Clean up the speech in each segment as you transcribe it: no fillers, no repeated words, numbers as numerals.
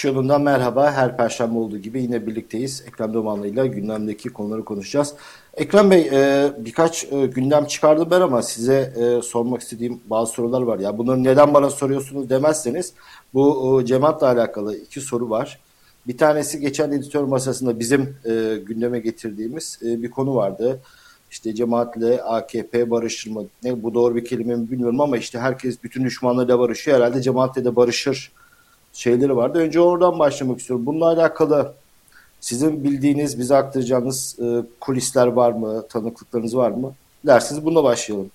Çıkış yolundan merhaba. Her perşembe olduğu gibi yine birlikteyiz. Ekrem Doğanlı ile gündemdeki konuları konuşacağız. Ekrem Bey, birkaç gündem çıkardım ben ama size sormak istediğim bazı sorular var. Ya bunları neden bana soruyorsunuz demezseniz bu cemaatle alakalı iki soru var. Bir tanesi geçen editör masasında bizim gündeme getirdiğimiz bir konu vardı. İşte cemaatle AKP barışır mı? Ne, bu doğru bir kelime mi bilmiyorum ama işte herkes bütün düşmanlarıyla barışıyor. Herhalde cemaatle de barışır şeyleri vardı. Önce oradan başlamak istiyorum. Bununla alakalı sizin bildiğiniz, bize aktaracağınız kulisler var mı, tanıklıklarınız var mı? Dersiniz bununla başlayalım.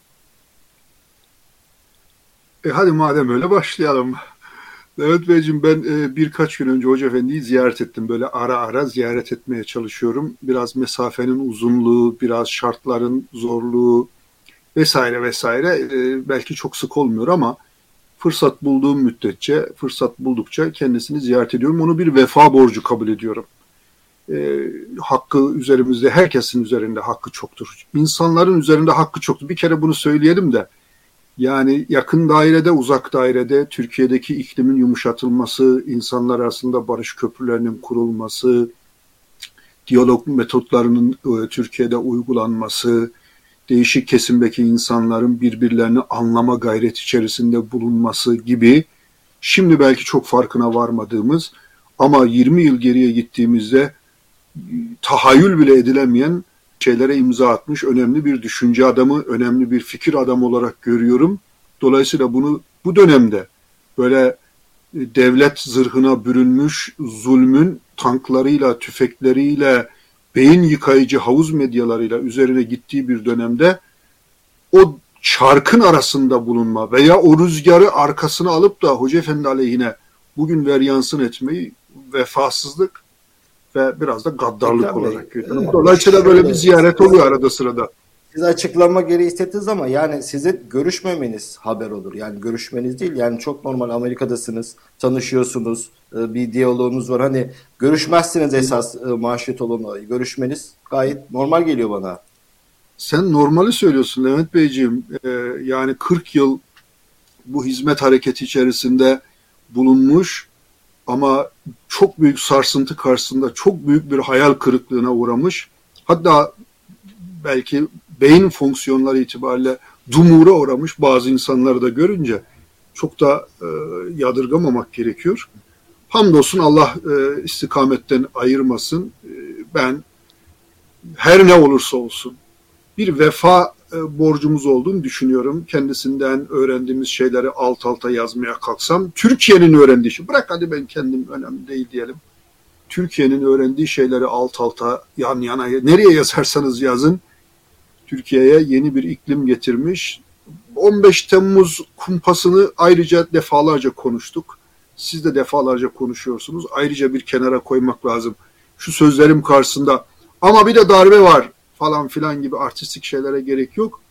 Hadi madem öyle başlayalım. Evet Beyciğim, ben birkaç gün önce Hoca Efendi'yi ziyaret ettim. Böyle ara ara ziyaret etmeye çalışıyorum. Biraz mesafenin uzunluğu, biraz şartların zorluğu vesaire vesaire. Belki çok sık olmuyor ama fırsat bulduğum müddetçe, fırsat buldukça kendisini ziyaret ediyorum. Onu bir vefa borcu kabul ediyorum. Hakkı üzerimizde, herkesin üzerinde hakkı çoktur. İnsanların üzerinde hakkı çoktur. Bir kere bunu söyleyelim de, yani yakın dairede, uzak dairede Türkiye'deki iklimin yumuşatılması, insanlar arasında barış köprülerinin kurulması, diyalog metotlarının Türkiye'de uygulanması, değişik kesimdeki insanların birbirlerini anlama gayreti içerisinde bulunması gibi, şimdi belki çok farkına varmadığımız ama 20 yıl geriye gittiğimizde tahayyül bile edilemeyen şeylere imza atmış önemli bir düşünce adamı, önemli bir fikir adamı olarak görüyorum. Dolayısıyla bunu bu dönemde böyle devlet zırhına bürünmüş zulmün tanklarıyla, tüfekleriyle, beyin yıkayıcı havuz medyalarıyla üzerine gittiği bir dönemde o çarkın arasında bulunma veya o rüzgarı arkasına alıp da Hoca Efendi aleyhine bugün veryansın etmeyi vefasızlık ve biraz da gaddarlık Ekrem olarak Bey, görüyorum. Dolayısıyla böyle bir ziyaret oluyor arada sırada. siz açıklama gereği hissettiniz ama yani sizin görüşmemeniz haber olur. Yani görüşmeniz değil. Yani çok normal, Amerika'dasınız, tanışıyorsunuz, bir diyaloğunuz var. Hani görüşmezsiniz esas manşet olan olayı. Görüşmeniz gayet normal geliyor bana. Sen normali söylüyorsun Levent Beyciğim. Yani 40 yıl bu hizmet hareketi içerisinde bulunmuş ama çok büyük sarsıntı karşısında çok büyük bir hayal kırıklığına uğramış. Hatta belki beyin fonksiyonları itibariyle dumura uğramış bazı insanları da görünce çok da yadırgamamak gerekiyor. Hamdolsun Allah istikametten ayırmasın. Ben her ne olursa olsun bir vefa borcumuz olduğunu düşünüyorum. Kendisinden öğrendiğimiz şeyleri alt alta yazmaya kalksam, Türkiye'nin öğrendiği şey, bırak hadi ben kendim önemli değil diyelim. Türkiye'nin öğrendiği şeyleri alt alta, yan yana, nereye yazarsanız yazın, Türkiye'ye yeni bir iklim getirmiş. 15 Temmuz kumpasını ayrıca defalarca konuştuk. Siz de defalarca konuşuyorsunuz. Ayrıca bir kenara koymak lazım. Şu sözlerim karşısında ama bir de darbe var falan filan gibi artistik şeylere gerek yok.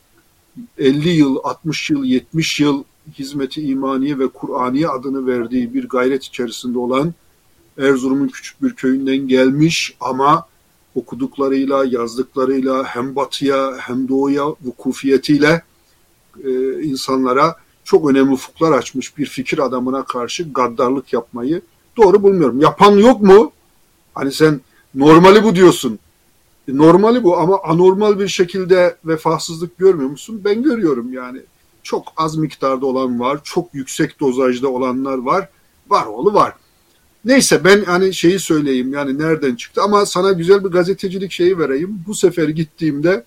50 yıl, 60 yıl, 70 yıl hizmeti imaniye ve Kur'aniye adını verdiği bir gayret içerisinde olan Erzurum'un küçük bir köyünden gelmiş ama okuduklarıyla, yazdıklarıyla hem batıya hem doğuya vukufiyetiyle insanlara çok önemli ufuklar açmış bir fikir adamına karşı gaddarlık yapmayı doğru bulmuyorum. Yapan yok mu? Hani sen normali bu diyorsun. Normali bu ama anormal bir şekilde vefasızlık görmüyor musun? Ben görüyorum yani. Çok az miktarda olan var, çok yüksek dozajda olanlar var. Var oğlu var. Neyse ben hani şeyi söyleyeyim yani nereden çıktı ama sana güzel bir gazetecilik şeyi vereyim. Bu sefer gittiğimde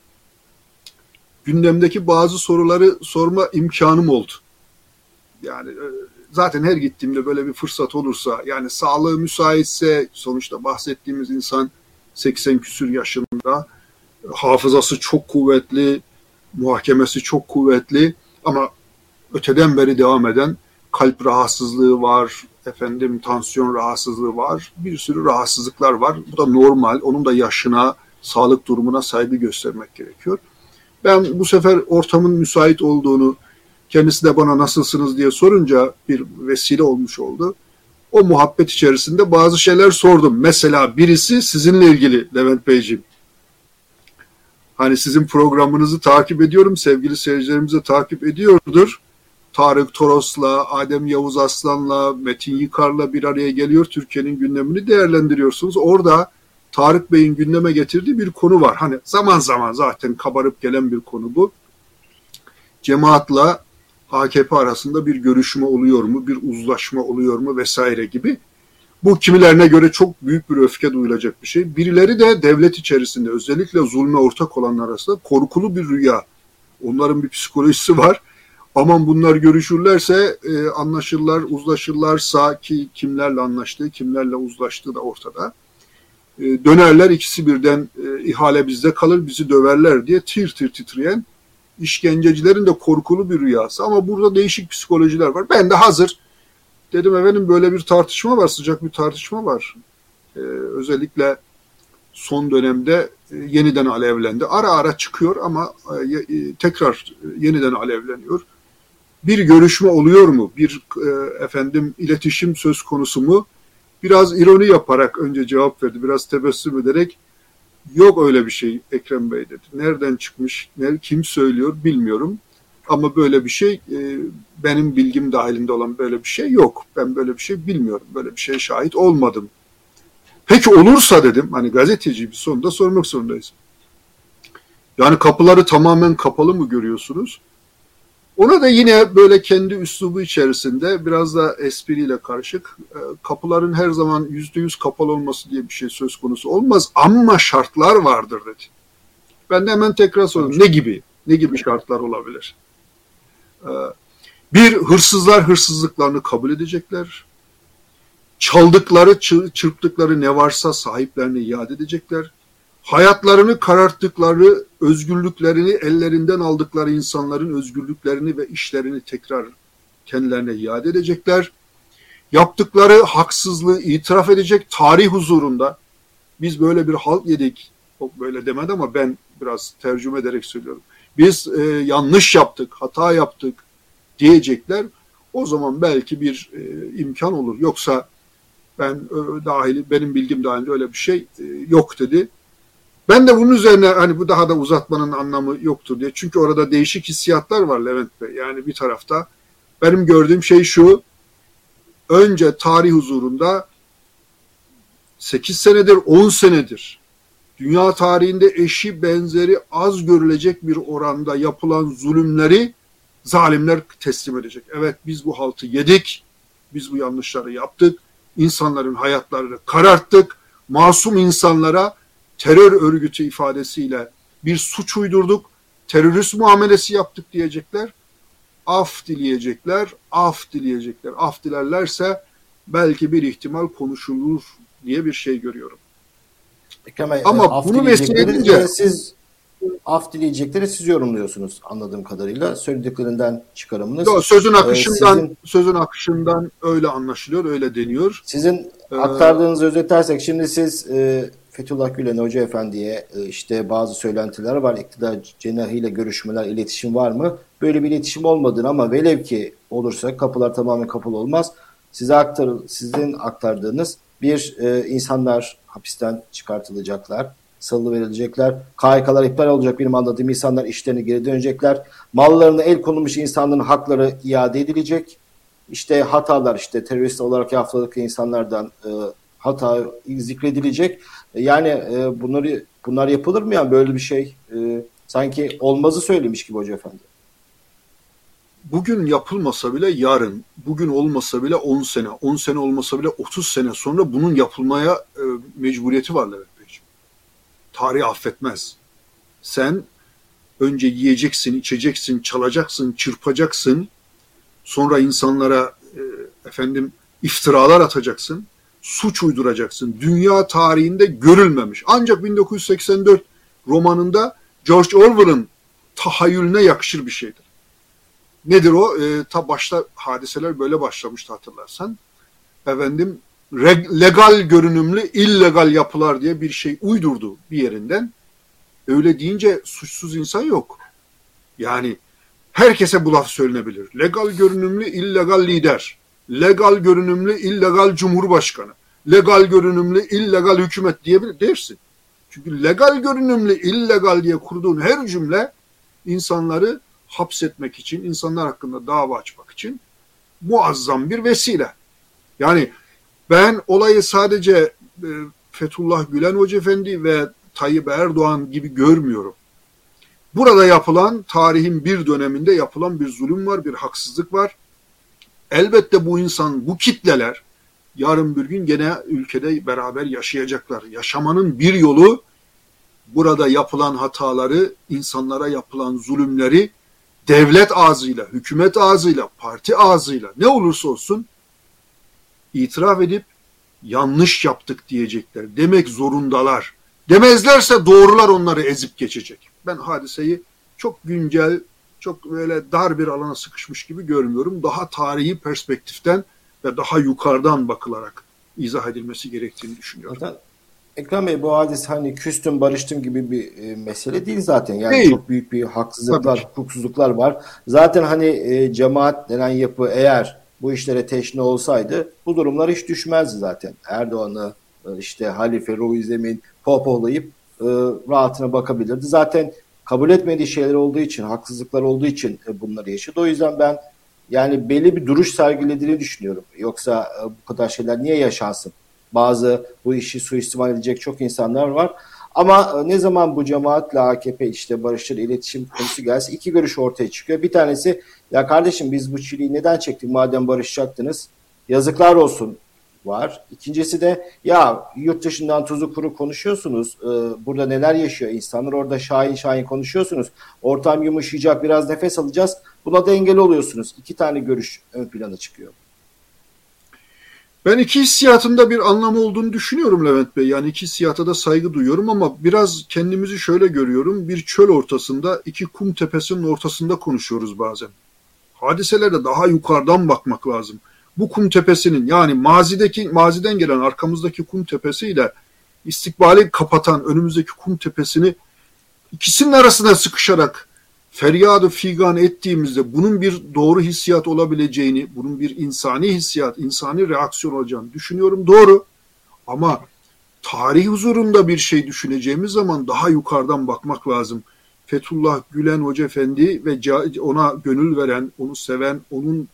gündemdeki bazı soruları sorma imkanım oldu. Yani zaten her gittiğimde böyle bir fırsat olursa yani sağlığı müsaitse sonuçta bahsettiğimiz insan 80 küsür yaşında, hafızası çok kuvvetli, muhakemesi çok kuvvetli ama öteden beri devam eden kalp rahatsızlığı var, tansiyon rahatsızlığı var, bir sürü rahatsızlıklar var. Bu da normal, onun da yaşına, sağlık durumuna saygı göstermek gerekiyor. Ben bu sefer ortamın müsait olduğunu, kendisi de bana nasılsınız diye sorunca bir vesile olmuş oldu. O muhabbet içerisinde bazı şeyler sordum. Mesela birisi sizinle ilgili Levent Beyciğim. Hani sizin programınızı takip ediyorum, sevgili seyircilerimiz de takip ediyordur. Tarık Toros'la, Adem Yavuz Aslan'la, Metin Yıkar'la bir araya geliyor. Türkiye'nin gündemini değerlendiriyorsunuz. Orada Tarık Bey'in gündeme getirdiği bir konu var. Hani zaman zaman zaten kabarıp gelen bir konu bu. Cemaatla AKP arasında bir görüşme oluyor mu, bir uzlaşma oluyor mu vesaire gibi. Bu kimilerine göre çok büyük bir öfke duyulacak bir şey. Birileri de devlet içerisinde özellikle zulme ortak olanlar arasında korkulu bir rüya. Onların bir psikolojisi var. Aman bunlar görüşürlerse anlaşırlar, uzlaşırlarsa ki kimlerle anlaştığı, kimlerle uzlaştığı da ortada. Dönerler ikisi birden ihale bizde kalır, bizi döverler diye tir tir titreyen işkencecilerin de korkulu bir rüyası. Ama burada değişik psikolojiler var. Ben de hazır. Dedim efendim böyle bir tartışma var, sıcak bir tartışma var. Özellikle son dönemde yeniden alevlendi. Ara ara çıkıyor ama tekrar yeniden alevleniyor. Bir görüşme oluyor mu? Bir iletişim söz konusu mu? Biraz ironi yaparak önce cevap verdi. Biraz tebessüm ederek yok öyle bir şey Ekrem Bey dedi. Nereden çıkmış, kim söylüyor bilmiyorum. Ama böyle bir şey benim bilgim dahilinde olan böyle bir şey yok. Ben böyle bir şey bilmiyorum. Böyle bir şeye şahit olmadım. Peki olursa dedim, hani gazeteci bir sonunda sormak zorundayız. Yani kapıları tamamen kapalı mı görüyorsunuz? Ona da yine böyle kendi üslubu içerisinde biraz da espriyle karışık kapıların her zaman %100 kapalı olması diye bir şey söz konusu olmaz ama şartlar vardır dedi. Ben de hemen tekrar sordum. Ne gibi? Ne gibi şartlar olabilir? Bir, hırsızlar hırsızlıklarını kabul edecekler. Çaldıkları, çırptıkları ne varsa sahiplerine iade edecekler. Hayatlarını kararttıkları, özgürlüklerini ellerinden aldıkları insanların özgürlüklerini ve işlerini tekrar kendilerine iade edecekler. Yaptıkları haksızlığı itiraf edecek tarih huzurunda. Biz böyle bir halt yedik. O böyle demedi ama ben biraz tercüme ederek söylüyorum. Biz yanlış yaptık, hata yaptık diyecekler. O zaman belki bir imkan olur. Yoksa benim bilgim dahilinde öyle bir şey yok dedi. Ben de bunun üzerine hani bu daha da uzatmanın anlamı yoktur diye. Çünkü orada değişik hissiyatlar var Levent Bey. Yani bir tarafta benim gördüğüm şey şu. Önce tarih huzurunda 8 senedir, 10 senedir dünya tarihinde eşi benzeri az görülecek bir oranda yapılan zulümleri zalimler teslim edecek. Evet biz bu haltı yedik, biz bu yanlışları yaptık, insanların hayatlarını kararttık, masum insanlara terör örgütü ifadesiyle bir suç uydurduk, terörist muamelesi yaptık diyecekler. Af dileyecekler. Af dilerlerse belki bir ihtimal konuşulur diye bir şey görüyorum. Ama bunu vesile edince siz af dileyecekleri siz yorumluyorsunuz anladığım kadarıyla. Söylediklerinden çıkarımınız. Yok, sözün akışından öyle anlaşılıyor, öyle deniyor. Sizin aktardığınızı özetlersek şimdi siz Fethullah Gülen Hoca Efendi'ye işte bazı söylentiler var. İktidar cenahıyla görüşmeler, iletişim var mı? Böyle bir iletişim olmadığını ama velev ki olursa kapılar tamamen kapalı olmaz. Sizin aktardığınız bir insanlar hapisten çıkartılacaklar, salıverilecekler. KHK'lar iptal olacak benim anladığım insanlar işlerine geri dönecekler. Mallarına el konulmuş insanların hakları iade edilecek. İşte hatalar işte terörist olarak yaftaladık insanlardan hata zikredilecek. Yani bunlar yapılır mı yani böyle bir şey? Sanki olmazı söylemiş gibi Hoca Efendi. Bugün yapılmasa bile yarın, bugün olmasa bile 10 sene, 10 sene olmasa bile 30 sene sonra bunun yapılmaya mecburiyeti var Levent Beyciğim. Tarih affetmez. Sen önce yiyeceksin, içeceksin, çalacaksın, çırpacaksın. Sonra insanlara iftiralar atacaksın. Suç uyduracaksın. Dünya tarihinde görülmemiş. Ancak 1984 romanında George Orwell'ın tahayyülüne yakışır bir şeydir. Nedir o? Ta başta hadiseler böyle başlamıştı hatırlarsan. Legal görünümlü illegal yapılar diye bir şey uydurdu bir yerinden. Öyle deyince suçsuz insan yok. Yani herkese bu laf söylenebilir. Legal görünümlü illegal lider. Legal görünümlü illegal cumhurbaşkanı. Legal görünümlü illegal hükümet diyebilir dersin. Çünkü legal görünümlü illegal diye kurduğun her cümle insanları hapsetmek için, insanlar hakkında dava açmak için muazzam bir vesile. Yani ben olayı sadece Fethullah Gülen Hoca Efendi ve Tayyip Erdoğan gibi görmüyorum. Burada yapılan, tarihin bir döneminde yapılan bir zulüm var, bir haksızlık var. Elbette bu insan, bu kitleler yarın bir gün gene ülkede beraber yaşayacaklar. Yaşamanın bir yolu burada yapılan hataları, insanlara yapılan zulümleri devlet ağzıyla, hükümet ağzıyla, parti ağzıyla ne olursa olsun itiraf edip yanlış yaptık diyecekler. Demek zorundalar. Demezlerse doğrular onları ezip geçecek. Ben hadiseyi çok güncel, çok böyle dar bir alana sıkışmış gibi görmüyorum. Daha tarihi perspektiften ve daha yukarıdan bakılarak izah edilmesi gerektiğini düşünüyorum. Zaten Ekrem Bey, bu hadis hani küstüm barıştım gibi bir mesele değil zaten. Yani değil. çok büyük bir haksızlıklar, hukuksuzluklar var. Zaten hani cemaat denen yapı eğer bu işlere teşne olsaydı bu durumlar hiç düşmezdi zaten. Erdoğan'ı işte Halife, Ruhi Zemin pohpohlayıp rahatına bakabilirdi. Zaten kabul etmediği şeyler olduğu için, haksızlıklar olduğu için bunları yaşadı. O yüzden ben yani belli bir duruş sergilediğini düşünüyorum. Yoksa bu kadar şeyler niye yaşansın? Bazı bu işi suistimal edecek çok insanlar var. Ama ne zaman bu cemaatle AKP işte barışçıl iletişim konusu gelse iki görüş ortaya çıkıyor. Bir tanesi, ya kardeşim biz bu çileyi neden çektik madem barışacaktınız? Yazıklar olsun var. İkincisi de ya yurt dışından tuzu kuru konuşuyorsunuz. Burada neler yaşıyor insanlar, orada şahin şahin konuşuyorsunuz. Ortam yumuşayacak, biraz nefes alacağız. Buna da engel oluyorsunuz. İki tane görüş ön plana çıkıyor. Ben iki hissiyatında bir anlamı olduğunu düşünüyorum Levent Bey. Yani iki hissiyata da saygı duyuyorum ama biraz kendimizi şöyle görüyorum. Bir çöl ortasında, iki kum tepesinin ortasında konuşuyoruz bazen. Hadiselere daha yukarıdan bakmak lazım. Bu kum tepesinin, yani maziden gelen arkamızdaki kum tepesiyle istikbali kapatan önümüzdeki kum tepesini ikisinin arasına sıkışarak feryadı figan ettiğimizde bunun bir doğru hissiyat olabileceğini, bunun bir insani hissiyat, insani reaksiyon olacağını düşünüyorum. Doğru. Ama tarih huzurunda bir şey düşüneceğimiz zaman daha yukarıdan bakmak lazım. Fethullah Gülen Hoca Efendi ve ona gönül veren, onu seven, onun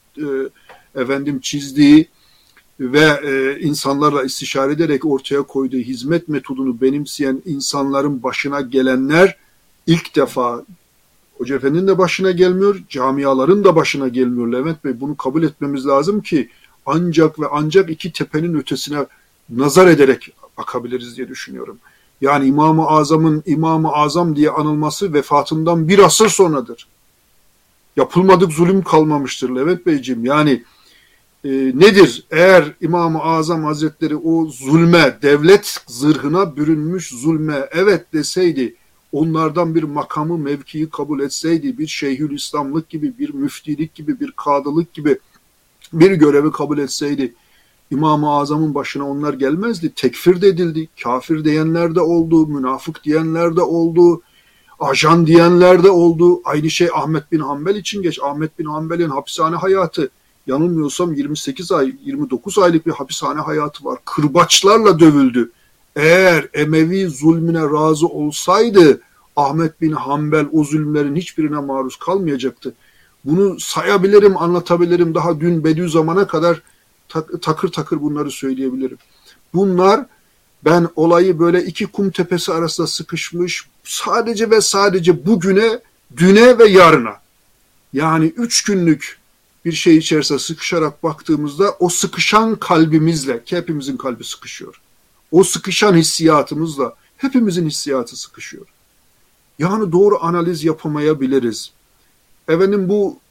çizdiği ve insanlarla istişare ederek ortaya koyduğu hizmet metodunu benimseyen insanların başına gelenler ilk defa Hoca Efendi'nin de başına gelmiyor, camiaların da başına gelmiyor Levent Bey. Bunu kabul etmemiz lazım ki ancak ve ancak iki tepenin ötesine nazar ederek bakabiliriz diye düşünüyorum. Yani İmam-ı Azam'ın İmam-ı Azam diye anılması vefatından bir asır sonradır. Yapılmadık zulüm kalmamıştır Levent Beyciğim. Yani nedir? Eğer İmam-ı Azam Hazretleri o zulme, devlet zırhına bürünmüş zulme evet deseydi, onlardan bir makamı, mevkiyi kabul etseydi, bir Şeyhülislamlık gibi, bir müftilik gibi, bir kadılık gibi bir görevi kabul etseydi, İmam-ı Azam'ın başına onlar gelmezdi. Tekfir de edildi, kafir diyenler de oldu, münafık diyenler de oldu, ajan diyenler de oldu. Aynı şey Ahmet bin Hanbel için geç. Ahmet bin Hanbel'in hapishane hayatı, yanılmıyorsam 28 ay, 29 aylık bir hapishane hayatı var. Kırbaçlarla dövüldü. Eğer Emevi zulmüne razı olsaydı Ahmet bin Hanbel o zulümlerin hiçbirine maruz kalmayacaktı. Bunu sayabilirim, anlatabilirim. Daha dün Bediüzzaman'a kadar takır takır bunları söyleyebilirim. Bunlar, ben olayı böyle iki kum tepesi arasında sıkışmış sadece ve sadece bugüne, düne ve yarına, yani 3 günlük bir şey içerisinde sıkışarak baktığımızda o sıkışan kalbimizle, ki hepimizin kalbi sıkışıyor, o sıkışan hissiyatımızla hepimizin hissiyatı sıkışıyor. Yani doğru analiz yapamayabiliriz. Efendim bu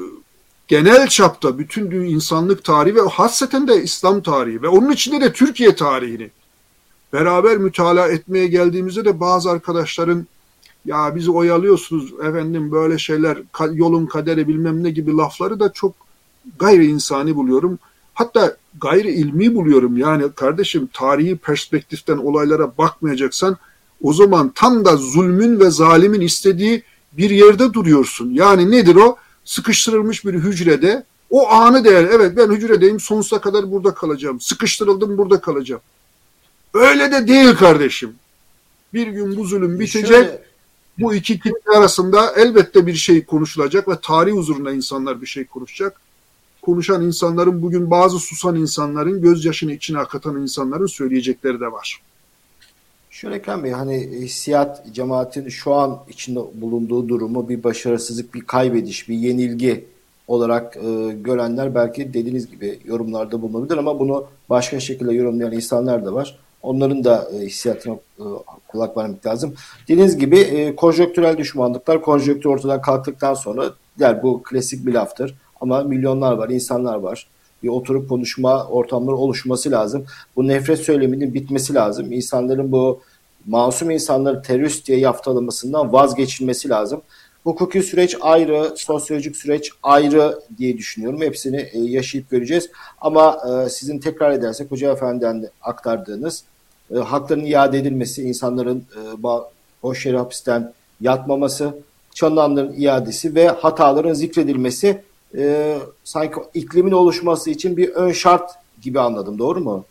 genel çapta bütün insanlık tarihi ve hasreten de İslam tarihi ve onun içinde de Türkiye tarihini beraber mütalaa etmeye geldiğimizde de bazı arkadaşların ya bizi oyalıyorsunuz efendim böyle şeyler, yolun kaderi bilmem ne gibi lafları da çok gayri insani buluyorum. Hatta gayri ilmi buluyorum. Yani kardeşim, tarihi perspektiften olaylara bakmayacaksan o zaman tam da zulmün ve zalimin istediği bir yerde duruyorsun. Yani nedir o? Sıkıştırılmış bir hücrede o anı değer. Evet, ben hücredeyim, sonsuza kadar burada kalacağım. Sıkıştırıldım, burada kalacağım. Öyle de değil kardeşim. Bir gün bu zulüm bitecek. Bu iki kitle arasında elbette bir şey konuşulacak ve tarih huzurunda insanlar bir şey konuşacak. Konuşan insanların, bugün bazı susan insanların, gözyaşını içine akıtan insanların söyleyecekleri de var. Şöyle Ekrem Bey, hani hissiyat cemaatin şu an içinde bulunduğu durumu bir başarısızlık, bir kaybediş, bir yenilgi olarak görenler belki dediğiniz gibi yorumlarda bulunabilir ama bunu başka şekilde yorumlayan insanlar da var. Onların da hissiyatına kulak vermek lazım. Dediğiniz gibi konjonktürel düşmanlıklar konjonktür ortadan kalktıktan sonra bu klasik bir laftır. Ama milyonlar var, insanlar var. Bir oturup konuşma ortamları oluşması lazım. Bu nefret söyleminin bitmesi lazım. İnsanların bu masum insanları terörist diye yaftalamasından vazgeçilmesi lazım. Hukuki süreç ayrı, sosyolojik süreç ayrı diye düşünüyorum. Hepsini yaşayıp göreceğiz. Ama sizin tekrar edersek Hoca Efendi'den aktardığınız hakların iade edilmesi, insanların boş yere hapisten yatmaması, çalınanların iadesi ve hataların zikredilmesi sanki iklimin oluşması için bir ön şart gibi anladım. Doğru mu?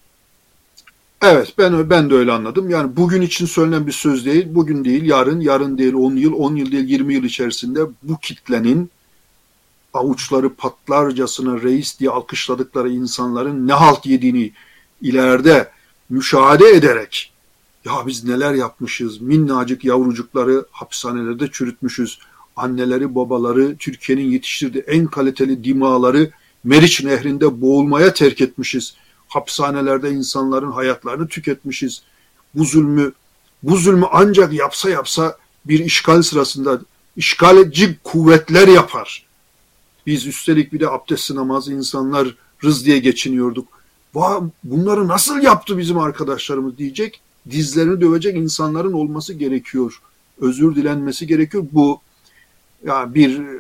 Evet, ben de öyle anladım. Yani bugün için söylenen bir söz değil, bugün değil, yarın değil, 10 yıl, 10 yıl değil, 20 yıl içerisinde bu kitlenin avuçları patlarcasına reis diye alkışladıkları insanların ne halt yediğini ileride müşahede ederek, ya biz neler yapmışız, minnacık yavrucukları hapishanelerde çürütmüşüz, anneleri babaları Türkiye'nin yetiştirdiği en kaliteli dimağları Meriç Nehri'nde boğulmaya terk etmişiz, hapishanelerde insanların hayatlarını tüketmişiz, bu zulmü ancak yapsa bir işgal sırasında işgalci kuvvetler yapar. Biz üstelik bir de abdestli namazı insanlarız diye geçiniyorduk. Bunları nasıl yaptı bizim arkadaşlarımız diyecek, dizlerini dövecek insanların olması gerekiyor. Özür dilenmesi gerekiyor. Bu yani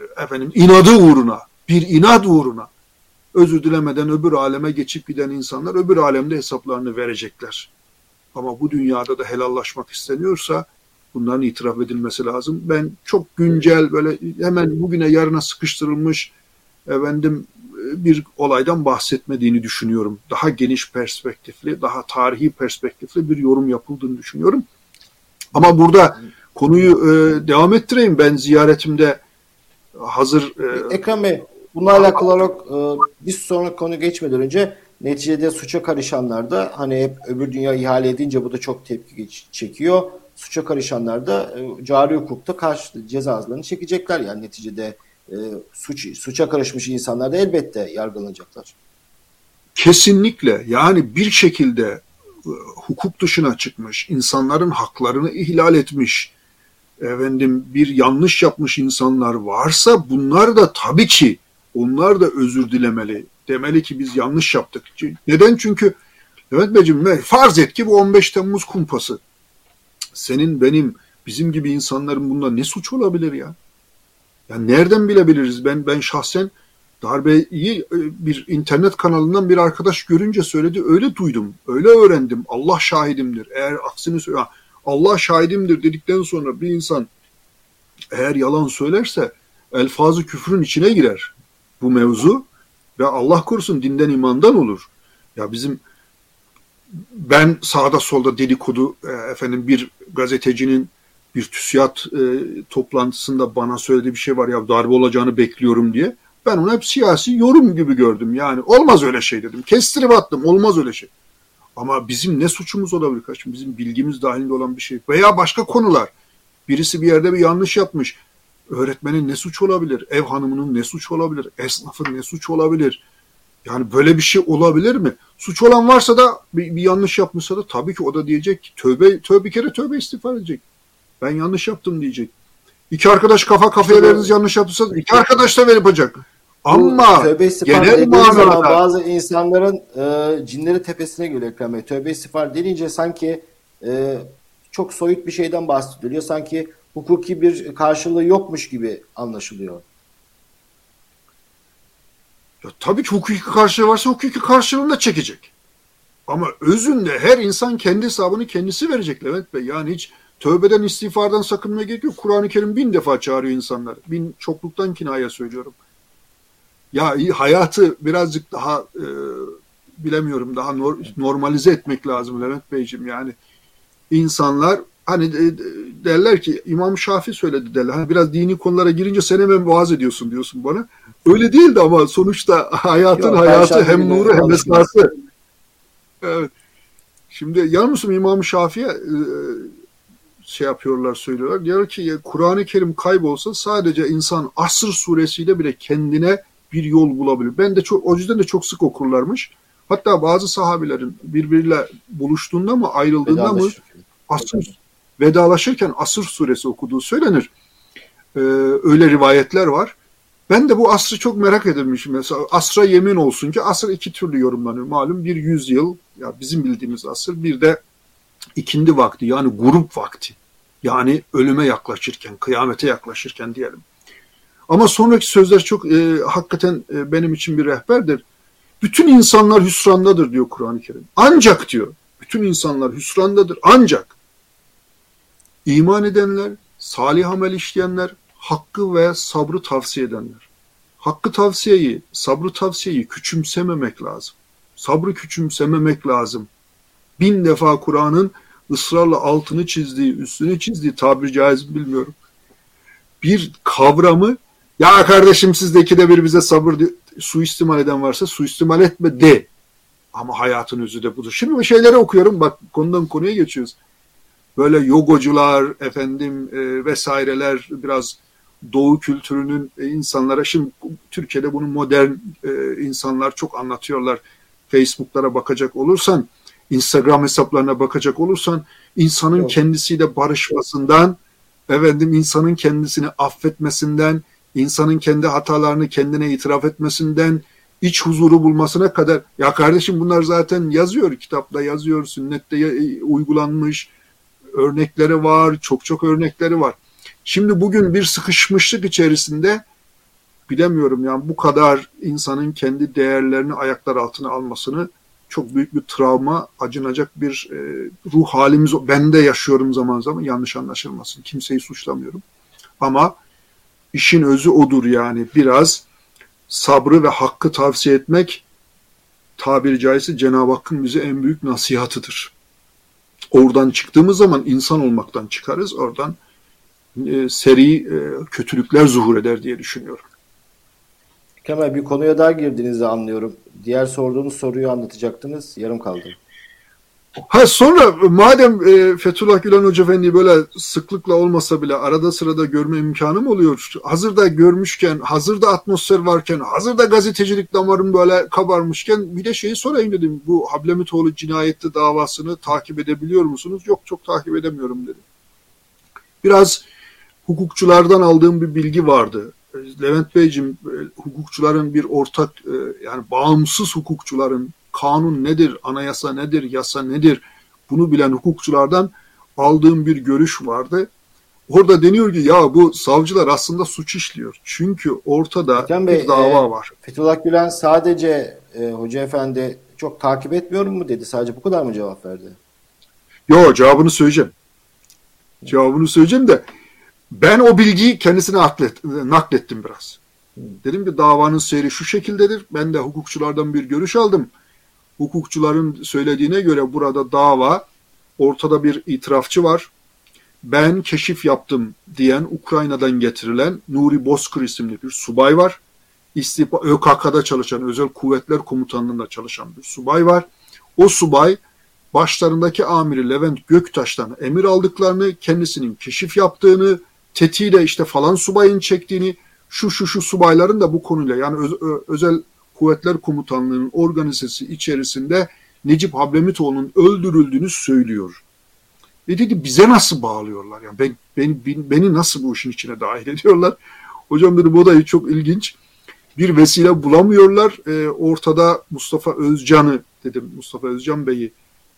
bir inat uğruna özür dilemeden öbür aleme geçip giden insanlar öbür alemde hesaplarını verecekler. Ama bu dünyada da helallaşmak isteniyorsa bunların itiraf edilmesi lazım. Ben çok güncel, böyle hemen bugüne yarına sıkıştırılmış bir olaydan bahsetmediğini düşünüyorum. Daha geniş perspektifli, daha tarihi perspektifli bir yorum yapıldığını düşünüyorum. Ama burada konuyu devam ettireyim. Ben ziyaretimde hazır... Ekrem Bey, bununla alakalı olarak bir sonraki konu geçmeden önce neticede suça karışanlar da hani hep öbür dünya ihale edince bu da çok tepki çekiyor. Suça karışanlar da cari hukukta karşı cezalarını çekecekler. Yani neticede suça karışmış insanlar da elbette yargılanacaklar. Kesinlikle, yani bir şekilde hukuk dışına çıkmış, insanların haklarını ihlal etmiş, bir yanlış yapmış insanlar varsa bunlar da tabii ki onlar da özür dilemeli. Demeli ki biz yanlış yaptık. Neden? Çünkü Levent Beyciğim, farz et ki bu 15 Temmuz kumpası. Senin, benim, bizim gibi insanların bunda ne suç olabilir ya? Yani nereden bilebiliriz? Ben şahsen darbeyi bir internet kanalından bir arkadaş görünce söyledi. Öyle duydum, öyle öğrendim. Allah şahidimdir. Eğer aksini söyle, Allah şahidimdir dedikten sonra bir insan eğer yalan söylerse elfazı küfrün içine girer bu mevzu ve Allah korusun dinden imandan olur. Ya ben sağda solda dedikodu, bir gazetecinin bir TÜSİAD toplantısında bana söylediği bir şey var, ya darbe olacağını bekliyorum diye. Ben onu hep siyasi yorum gibi gördüm. Yani olmaz öyle şey dedim. Kestirip attım, olmaz öyle şey. Ama bizim ne suçumuz olabilir kardeşim? Bizim bilgimiz dahilinde olan bir şey. Veya başka konular. Birisi bir yerde bir yanlış yapmış. Öğretmenin ne suç olabilir? Ev hanımının ne suç olabilir? Esnafın ne suç olabilir? Yani böyle bir şey olabilir mi? Suç olan varsa da bir yanlış yapmışsa da tabii ki o da diyecek ki tövbe istiğfar edecek. Ben yanlış yaptım diyecek. İki arkadaş kafaya veririz, yanlış yaptıysa iki arkadaş da yapacak. Ama genel manada bazı insanların cinleri tepesine geliyor Ekrem Bey. Tövbe istiğfar denince sanki çok soyut bir şeyden bahsediliyor. Sanki hukuki bir karşılığı yokmuş gibi anlaşılıyor. Ya, tabii ki hukuki karşılığı varsa hukuki karşılığını da çekecek. Ama özünde her insan kendi hesabını kendisi verecek Levent Bey. Yani hiç tövbeden, istiğfardan sakınmaya gerek yok. Kur'an-ı Kerim 1000 defa çağırıyor insanları. 1000 çokluktan kinaya söylüyorum. Ya hayatı birazcık daha bilemiyorum, daha normalize etmek lazım Levent Beyciğim. Yani insanlar hani derler ki İmam Şafii söyledi derler. Hani biraz dini konulara girince sen hemen vaaz ediyorsun diyorsun bana. Öyle değildi ama sonuçta hayatın Yok, hayatı Perşembe hem günü nuru hem alışmaz. esası. Evet. Şimdi yalnızım İmam Şafii'ye şey yapıyorlar, söylüyorlar. Diyor ki Kur'an-ı Kerim kaybolsa sadece insan Asr suresiyle bile kendine bir yol bulabilir. Ben de çok, o yüzden de çok sık okurlarmış. Hatta bazı sahabilerin birbiriyle buluştuğunda mı ayrıldığında mı Vedalaşırken. Asr, vedalaşırken Asr suresi okuduğu söylenir. Öyle rivayetler var. Ben de bu asrı çok merak edilmişim. Mesela asra yemin olsun ki asır iki türlü yorumlanıyor. Malum bir 100 yıl, ya bizim bildiğimiz asır, bir de ikindi vakti, yani grup vakti. Yani ölüme yaklaşırken, kıyamete yaklaşırken diyelim. Ama sonraki sözler çok hakikaten benim için bir rehberdir. Bütün insanlar hüsrandadır diyor Kur'an-ı Kerim. Ancak diyor, bütün insanlar hüsrandadır. Ancak iman edenler, salih amel işleyenler, hakkı ve sabrı tavsiye edenler. Hakkı tavsiyeyi, sabrı tavsiyeyi küçümsememek lazım. Sabrı küçümsememek lazım. 1000 defa Kur'an'ın ısrarla altını çizdiği, üstünü çizdiği, tabiri caiz bilmiyorum, bir kavramı, ya kardeşim sizdeki de bir bize sabır suistimal eden varsa suistimal etme de. Ama hayatın özü de budur. Şimdi bu şeyleri okuyorum, bak konudan konuya geçiyoruz. Böyle yogocular, efendim vesaireler, biraz Doğu kültürünün insanlara, şimdi Türkiye'de bunu modern insanlar çok anlatıyorlar. Facebook'lara bakacak olursan, Instagram hesaplarına bakacak olursan, insanın Yok. kendisiyle barışmasından, efendim insanın kendisini affetmesinden, insanın kendi hatalarını kendine itiraf etmesinden, iç huzuru bulmasına kadar. Ya kardeşim bunlar zaten yazıyor, kitapta yazıyor, sünnette uygulanmış örnekleri var, çok örnekleri var. Şimdi bugün bir sıkışmışlık içerisinde, bilemiyorum yani, bu kadar insanın kendi değerlerini ayaklar altına almasını, çok büyük bir travma, acınacak bir ruh halimiz. Ben de yaşıyorum zaman zaman, yanlış anlaşılmasın. Kimseyi suçlamıyorum. Ama işin özü odur yani. Biraz sabrı ve hakkı tavsiye etmek, tabiri caizse Cenab-ı Hakk'ın bize en büyük nasihatıdır. Oradan çıktığımız zaman insan olmaktan çıkarız. Oradan seri kötülükler zuhur eder diye düşünüyorum. Kemal, bir konuya daha girdiğinizi anlıyorum. Diğer sorduğunuz soruyu anlatacaktınız. Yarım kaldı. Ha, sonra madem Fethullah Gülen Hoca Efendi'yi böyle sıklıkla olmasa bile arada sırada görme imkanım oluyor. Hazırda görmüşken, hazırda atmosfer varken, hazırda gazetecilik damarım böyle kabarmışken bir de şeyi sorayım dedim. Bu Hablemitoğlu cinayeti davasını takip edebiliyor musunuz? Yok, çok takip edemiyorum dedim. Biraz hukukçulardan aldığım bir bilgi vardı. Levent Beyciğim, hukukçuların bir ortak, yani bağımsız hukukçuların, kanun nedir, anayasa nedir, yasa nedir, bunu bilen hukukçulardan aldığım bir görüş vardı. Orada deniyor ki ya bu savcılar aslında suç işliyor. Çünkü ortada Ekrem bir Bey, dava var. Fethullah Gülen sadece Hoca Efendi çok takip etmiyorum mu dedi. Sadece bu kadar mı cevap verdi? Yo, cevabını söyleyeceğim. Cevabını söyleyeceğim de ben o bilgiyi kendisine naklettim biraz. Dedim ki davanın seyri şu şekildedir. Ben de hukukçulardan bir görüş aldım. Hukukçuların söylediğine göre burada dava, ortada bir itirafçı var. Ben keşif yaptım diyen Ukrayna'dan getirilen Nuri Bozkır isimli bir subay var. ÖKK'da çalışan, Özel Kuvvetler Komutanlığı'nda çalışan bir subay var. O subay başlarındaki amiri Levent Göktaş'tan emir aldıklarını, kendisinin keşif yaptığını, tetiğiyle işte falan subayın çektiğini, şu subayların da bu konuyla, yani Özel Kuvvetler Komutanlığı'nın organizesi içerisinde Necip Hablemitoğlu'nun öldürüldüğünü söylüyor. Dedi bize nasıl bağlıyorlar? Yani beni nasıl bu işin içine dahil ediyorlar? Hocam dedim, o da çok ilginç. Bir vesile bulamıyorlar. Ortada Mustafa Özcan'ı, dedim, Mustafa Özcan Bey'i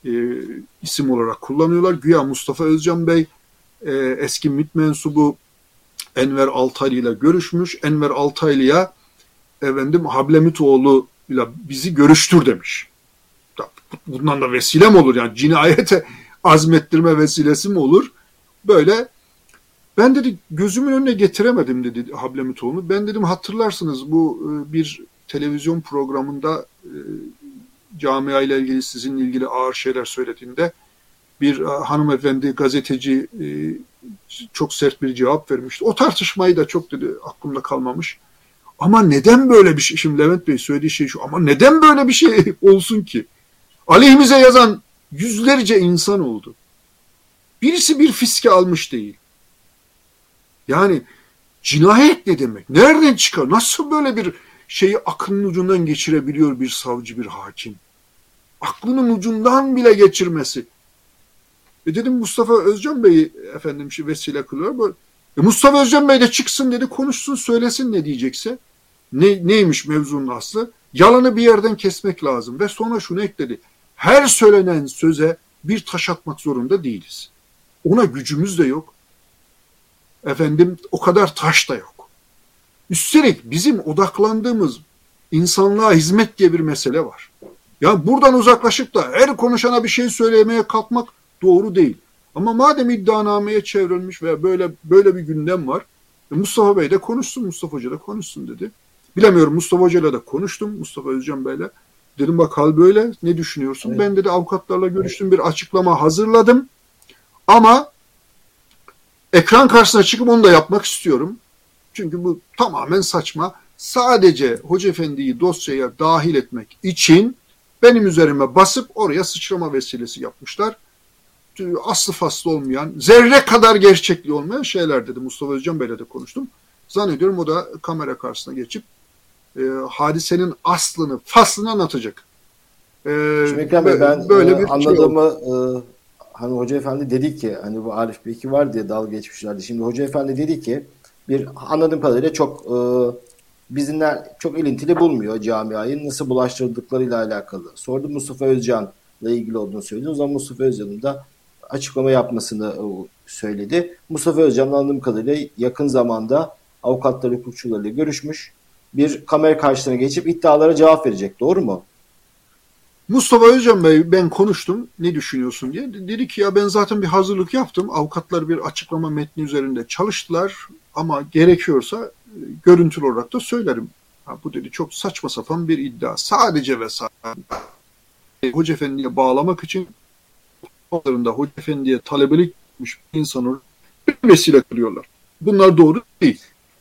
isim olarak kullanıyorlar. Güya Mustafa Özcan Bey eski MİT mensubu Enver Altaylı ile görüşmüş. Enver Altaylı'ya efendim Hablemitoğlu ile bizi görüştür demiş. Bundan da vesile mi olur? Yani cinayete azmettirme vesilesi mi olur? Böyle. Ben dedi gözümün önüne getiremedim dedi Hablemitoğlu. Ben dedim hatırlarsınız bu bir televizyon programında camia ile ilgili, sizinle ilgili ağır şeyler söylediğinde bir hanımefendi gazeteci çok sert bir cevap vermişti. O tartışmayı da çok dedi aklımda kalmamış. Ama neden böyle bir şey? Şimdi Levent Bey söylediği şey şu. Ama neden böyle bir şey olsun ki? Aleyhimize yazan yüzlerce insan oldu. Birisi bir fiske almış değil. Yani cinayet ne demek? Nereden çıkar? Nasıl böyle bir şeyi aklının ucundan geçirebiliyor bir savcı, bir hakim? Aklının ucundan bile geçirmesi. Dedim Mustafa Özcan Bey efendim vesile kılıyor. Böyle. Mustafa Özcan Bey de çıksın dedi, konuşsun, söylesin ne diyecekse. Neymiş mevzunun aslı? Yalanı bir yerden kesmek lazım. Ve sonra şunu ekledi. Her söylenen söze bir taş atmak zorunda değiliz. Ona gücümüz de yok. Efendim o kadar taş da yok. Üstelik bizim odaklandığımız insanlığa hizmet diye bir mesele var. Ya buradan uzaklaşıp da her konuşana bir şey söylemeye kalkmak doğru değil. Ama madem iddianameye çevrilmiş ve böyle bir gündem var, Mustafa Bey de konuşsun, Mustafa Hoca da konuşsun dedi. Bilemiyorum, Mustafa Hoca'yla da konuştum, Mustafa Özcan Bey'le. Dedim bak hal böyle, ne düşünüyorsun? Evet. Ben dedi avukatlarla görüştüm, bir açıklama hazırladım. Ama ekran karşısına çıkıp onu da yapmak istiyorum. Çünkü bu tamamen saçma. Sadece Hoca Efendi'yi dosyaya dahil etmek için benim üzerime basıp oraya sıçrama vesilesi yapmışlar. Aslı faslı olmayan, zerre kadar gerçekliği olmayan şeyler dedi. Mustafa Özcan Bey'le de konuştum. Zannediyorum o da kamera karşısına geçip hadisenin aslını, faslını anlatacak. Şimdi Ekrem Bey, ben böyle bir anladığımı hani Hoca Efendi dedi ki hani bu Arif Bey var diye dalga geçmişlerdi. Şimdi Hoca Efendi dedi ki bir anladığım kadarıyla çok bizimle çok ilintili bulmuyor camiayı nasıl bulaştırdıklarıyla alakalı. Sordum, Mustafa Özcan'la ilgili olduğunu söyledi. O zaman Mustafa Özcan'ın da açıklama yapmasını söyledi. Mustafa Özcan anladığım kadarıyla yakın zamanda avukatlar, hukukçularıyla görüşmüş. Bir kamera karşısına geçip iddialara cevap verecek. Doğru mu? Mustafa Özcan Bey, ben konuştum ne düşünüyorsun diye. Dedi ki ya ben zaten bir hazırlık yaptım. Avukatlar bir açıklama metni üzerinde çalıştılar ama gerekiyorsa görüntülü olarak da söylerim. Bu dedi çok saçma sapan bir iddia. Sadece ve sadece Hoca Efendi'ye bağlamak için Hoca Efendi'ye talebelik etmiş bir insanı bir vesile kılıyorlar. Bunlar doğru değil.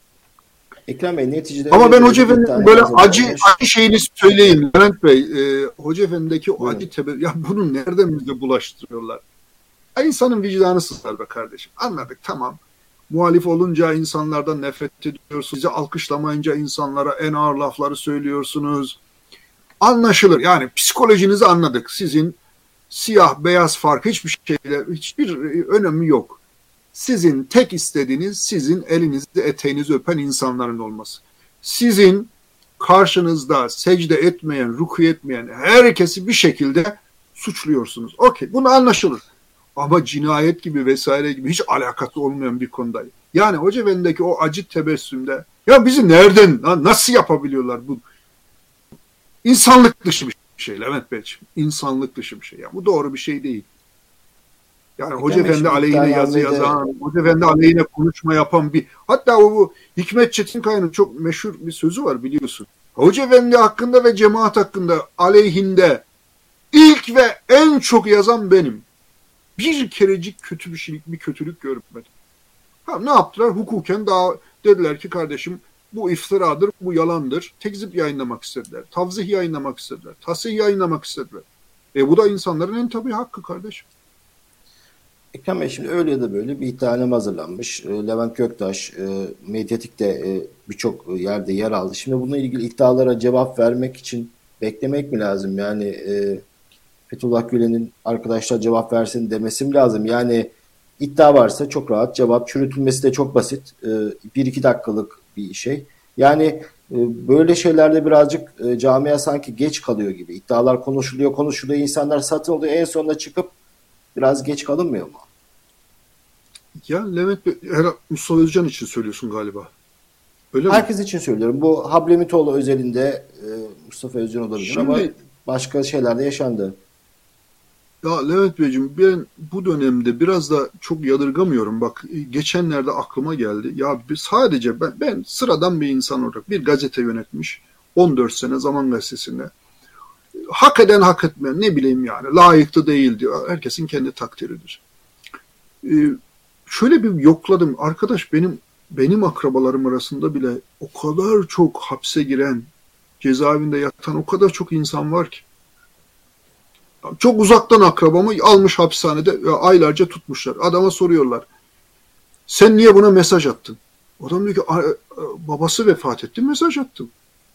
Ekrem Bey neticede... Ama ben Hoca Efendi'nin böyle acı şeyini söyleyeyim Levent Bey. Hoca Efendi'deki o acı ya bunu nereden bize bulaştırıyorlar? Ya insanın vicdanı sızlar be kardeşim. Anladık, tamam. Muhalif olunca insanlardan nefret ediyorsunuz. Sizi alkışlamayınca insanlara en ağır lafları söylüyorsunuz. Anlaşılır. Yani psikolojinizi anladık. Sizin siyah beyaz fark hiçbir önemi yok. Sizin tek istediğiniz sizin elinizi eteğinizi öpen insanların olması. Sizin karşınızda secde etmeyen, ruku etmeyen herkesi bir şekilde suçluyorsunuz. Okey, bunu anlaşılır. Ama cinayet gibi vesaire gibi hiç alakası olmayan bir konuda. Yani Hoca Efendi'deki o acı tebessümde ya bizi nereden, nasıl yapabiliyorlar bu? İnsanlık dışı bir şey Levent Beyciğim. İnsanlık dışı bir şey. Ya bu doğru bir şey değil. Yani Hoca Efendi aleyhine yazı yazan, Hoca Efendi aleyhine konuşma yapan bir... Hatta bu Hikmet Çetinkaya'nın çok meşhur bir sözü var biliyorsun. Hoca Efendi hakkında ve cemaat hakkında aleyhinde ilk ve en çok yazan benim. Bir kerecik bir kötülük görmedim. Ne yaptılar? Hukuken daha dediler ki kardeşim bu iftiradır, bu yalandır. Tekzip yayınlamak istediler. Tavzih yayınlamak istediler. Tasih yayınlamak istediler. Bu da insanların en tabii hakkı kardeşim. Ekrem Bey, şimdi öyle ya da böyle bir iddianame hazırlanmış. Levent Göktaş, Medyatik'te birçok yerde yer aldı. Şimdi bununla ilgili iddialara cevap vermek için beklemek mi lazım? Yani Fethullah Gülen'in arkadaşlar cevap versin demesi mi lazım? Yani iddia varsa çok rahat cevap, çürütülmesi de çok basit. 1-2 dakikalık bir şey. Yani böyle şeylerde birazcık camia sanki geç kalıyor gibi. İddialar konuşuluyor, insanlar satın alıyor. En sonunda çıkıp biraz geç kalınmıyor mu? Ya Levent Bey, Mustafa Özcan için söylüyorsun galiba. Öyle Herkes mi? için söylüyorum. Bu Hablemitoğlu özelinde Mustafa Özcan olabilir ama başka şeyler de yaşandı. Ya Levent Beyciğim, ben bu dönemde biraz da çok yadırgamıyorum. Bak geçenlerde aklıma geldi. Ya sadece ben sıradan bir insan olarak bir gazete yönetmiş. 14 sene Zaman Gazetesi'nde. hak eden hak etmeyen ne bileyim yani layıktı değil diyor. Herkesin kendi takdiridir. Şöyle bir yokladım. Arkadaş benim akrabalarım arasında bile o kadar çok hapse giren, cezaevinde yatan o kadar çok insan var ki. Çok uzaktan akrabamı almış hapishanede aylarca tutmuşlar. Adama soruyorlar. Sen niye buna mesaj attın? Adam diyor ki babası vefat etti, mesaj attım.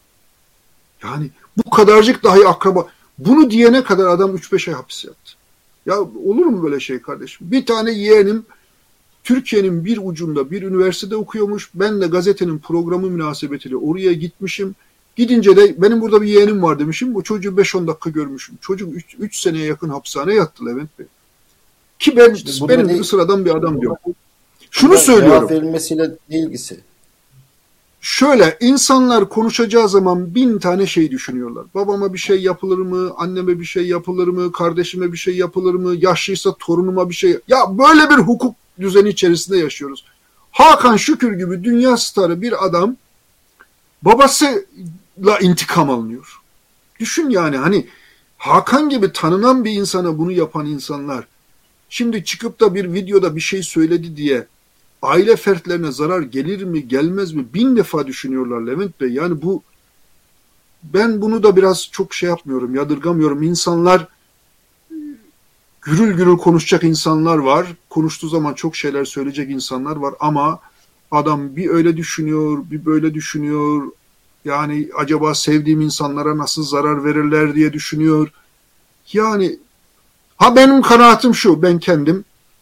Yani bu kadarcık dahi akraba. Bunu diyene kadar adam 3-5 ay hapis yattı. Ya olur mu böyle şey kardeşim? Bir tane yeğenim Türkiye'nin bir ucunda bir üniversitede okuyormuş. Ben de gazetenin programı münasebetiyle oraya gitmişim. Gidince de benim burada bir yeğenim var demişim. Bu çocuğu 5-10 dakika görmüşüm. Çocuk 3 seneye yakın hapishaneye yattı Levent Bey. Ki benim gibi sıradan bir adam diyor. Şunu söylüyorum. Cevap verilmesiyle ne ilgisi? Şöyle, insanlar konuşacağı zaman 1000 tane şey düşünüyorlar. Babama bir şey yapılır mı? Anneme bir şey yapılır mı? Kardeşime bir şey yapılır mı? Yaşlıysa torunuma bir şey... Ya böyle bir hukuk düzeni içerisinde yaşıyoruz. Hakan Şükür gibi dünya starı bir adam babasıyla intikam alınıyor. Düşün yani hani Hakan gibi tanınan bir insana bunu yapan insanlar şimdi çıkıp da bir videoda bir şey söyledi diye aile fertlerine zarar gelir mi gelmez mi 1000 defa düşünüyorlar Levent Bey. Yani ben bunu da biraz çok şey yapmıyorum, yadırgamıyorum. İnsanlar gürül gürül konuşacak insanlar var. Konuştuğu zaman çok şeyler söyleyecek insanlar var ama adam bir öyle düşünüyor, bir böyle düşünüyor. Yani acaba sevdiğim insanlara nasıl zarar verirler diye düşünüyor. Yani benim kanaatim şu, ben kendim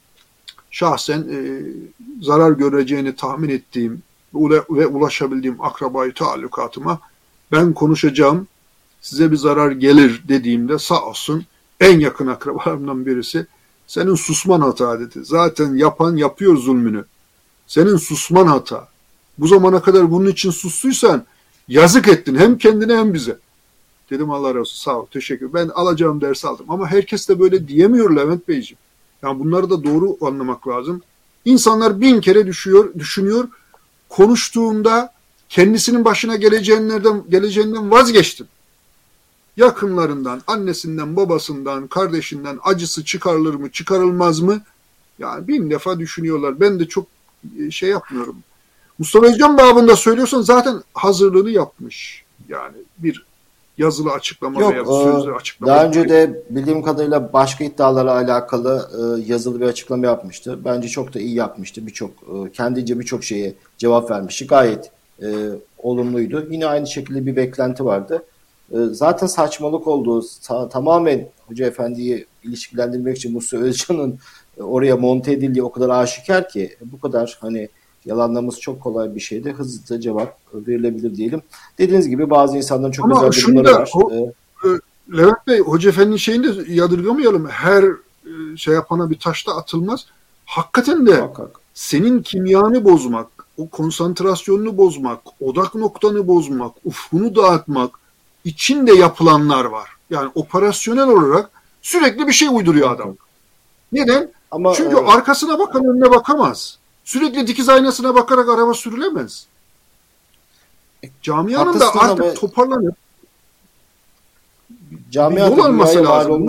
şahsen zarar göreceğini tahmin ettiğim ve ulaşabildiğim akrabayı talukatıma ben konuşacağım, size bir zarar gelir dediğimde sağ olsun en yakın akrabalarımdan birisi senin susman hata dedi. Zaten yapan yapıyor zulmünü. Senin susman hata. Bu zamana kadar bunun için sustuysan yazık ettin hem kendine hem bize. Dedim Allah razı olsun, sağ ol, teşekkür. Ben alacağım dersi aldım. Ama herkes de böyle diyemiyor Levent Beyciğim. Yani bunları da doğru anlamak lazım. İnsanlar 1000 kere düşünüyor. Konuştuğunda kendisinin başına geleceğinden vazgeçtim. Yakınlarından, annesinden, babasından, kardeşinden acısı çıkarılır mı, çıkarılmaz mı? Yani 1000 defa düşünüyorlar. Ben de çok şey yapmıyorum. Mustafa Özcan babında söylüyorsan zaten hazırlığını yapmış. Yani bir yazılı açıklama veya sözlü açıklama. Daha önce de bildiğim kadarıyla başka iddialarla alakalı yazılı bir açıklama yapmıştı. Bence çok da iyi yapmıştı. Kendince birçok şeye cevap vermişti. Gayet olumluydu. Yine aynı şekilde bir beklenti vardı. Zaten saçmalık olduğu tamamen Hoca Efendi'yi ilişkilendirmek için Mustafa Özcan'ın oraya monte edildiği o kadar aşikar ki bu kadar hani yalanlaması çok kolay bir şeydi. Hızlıca cevap verilebilir diyelim. Dediğiniz gibi bazı insanların çok ama özel durumları var. Levent Bey, Hoca Efendi'nin şeyini de yadırgamayalım. Her şey yapana bir taş da atılmaz. Hakikaten de senin kimyanı bozmak, o konsantrasyonunu bozmak, odak noktanı bozmak, ufkunu dağıtmak için de yapılanlar var. Yani operasyonel olarak sürekli bir şey uyduruyor adam. Neden? Çünkü arkasına bakan önüne bakamaz. Sürekli dikiz aynasına bakarak araba sürülemez. Camianın da artık toparlanıp dünyaya mal olmuş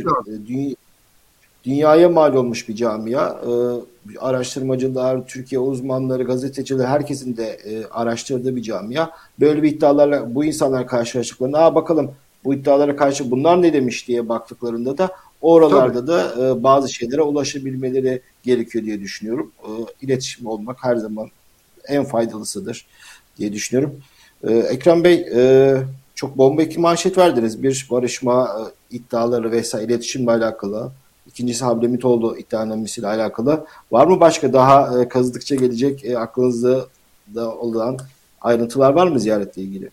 dünyaya mal olmuş bir camia. Araştırmacılar, Türkiye uzmanları, gazeteciler herkesin de araştırdığı bir camia. Böyle bir iddialarla bu insanlar karşılaştıklarında bakalım bu iddialara karşı bunlar ne demiş diye baktıklarında da oralarda da bazı şeylere ulaşabilmeleri gerekiyor diye düşünüyorum. İletişim olmak her zaman en faydalısıdır diye düşünüyorum. Ekrem Bey çok bomba iki manşet verdiniz. Bir barışma iddiaları vesaire iletişimle alakalı. İkincisi Hablemitoğlu iddianamesiyle alakalı. Var mı başka daha kazıdıkça gelecek aklınızda da olan ayrıntılar var mı ziyaretle ilgili?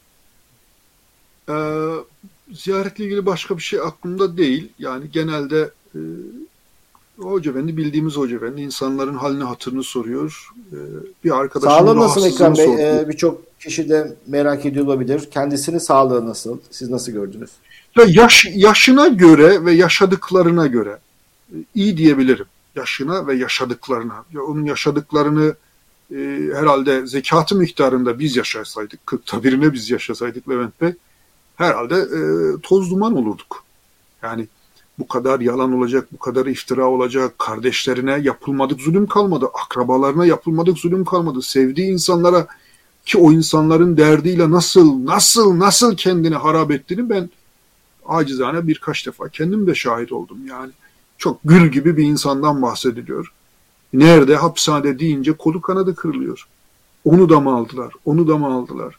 Ziyaretle ilgili başka bir şey aklımda değil. Yani genelde Hoca Efendi bildiğimiz Hoca Efendi insanların halini hatırını soruyor. Bir arkadaşım sağlığı nasıl Ekrem Bey? Birçok kişi de merak ediyor olabilir. Kendisinin sağlığı nasıl? Siz nasıl gördünüz? Yaşına göre ve yaşadıklarına göre iyi diyebilirim. Yaşına ve yaşadıklarına. Onun yaşadıklarını herhalde zekatı miktarında biz yaşasaydık, 40'ta birine biz yaşasaydık Levent Bey, herhalde toz duman olurduk. Yani bu kadar yalan olacak, bu kadar iftira olacak, kardeşlerine yapılmadık zulüm kalmadı, akrabalarına yapılmadık zulüm kalmadı, sevdiği insanlara, ki o insanların derdiyle nasıl kendini harap ettiğini ben acizane birkaç defa kendim de şahit oldum. Yani çok gül gibi bir insandan bahsediliyor. Nerede? Hapishanede deyince kolu kanadı kırılıyor. Onu da mı aldılar? Onu da mı aldılar?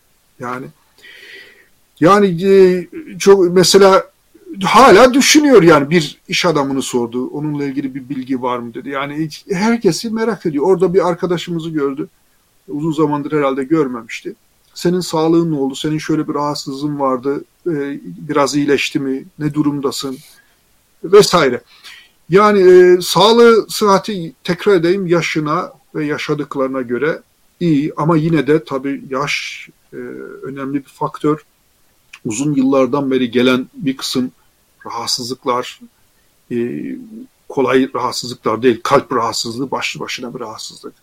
Yani çok mesela hala düşünüyor, yani bir iş adamını sordu. Onunla ilgili bir bilgi var mı dedi. Yani herkesi merak ediyor. Orada bir arkadaşımızı gördü. Uzun zamandır herhalde görmemişti. Senin sağlığın ne oldu? Senin şöyle bir rahatsızlığın vardı. Biraz iyileşti mi? Ne durumdasın? Vesaire. Yani sağlığı, sıhhati, tekrar edeyim, yaşına ve yaşadıklarına göre iyi, ama yine de tabii yaş önemli bir faktör. Uzun yıllardan beri gelen bir kısım rahatsızlıklar, kolay rahatsızlıklar değil, kalp rahatsızlığı başlı başına bir rahatsızlık.